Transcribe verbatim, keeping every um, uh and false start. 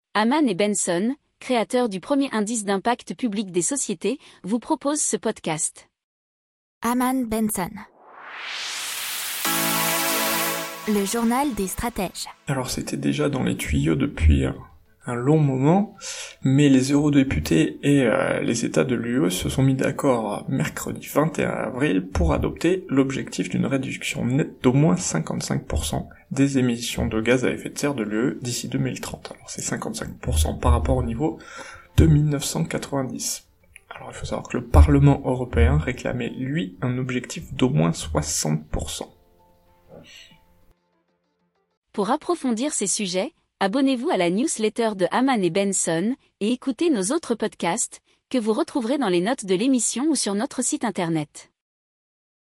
Hamann et Benson, créateurs du premier indice d'impact public des sociétés, vous proposent ce podcast. Hamann Benson. Le journal des stratèges. Alors c'était déjà dans les tuyaux depuis un, un long moment, mais les eurodéputés et euh, les États de l'U E se sont mis d'accord mercredi vingt et un avril pour adopter l'objectif d'une réduction nette d'au moins cinquante-cinq pour cent des émissions de gaz à effet de serre de l'U E d'ici deux mille trente. Alors c'est cinquante-cinq pour cent par rapport au niveau de mille neuf cent quatre-vingt-dix. Alors il faut savoir que le Parlement européen réclamait, lui, un objectif d'au moins soixante pour cent. Pour approfondir ces sujets, abonnez-vous à la newsletter de Hamann et Benson et écoutez nos autres podcasts que vous retrouverez dans les notes de l'émission ou sur notre site internet.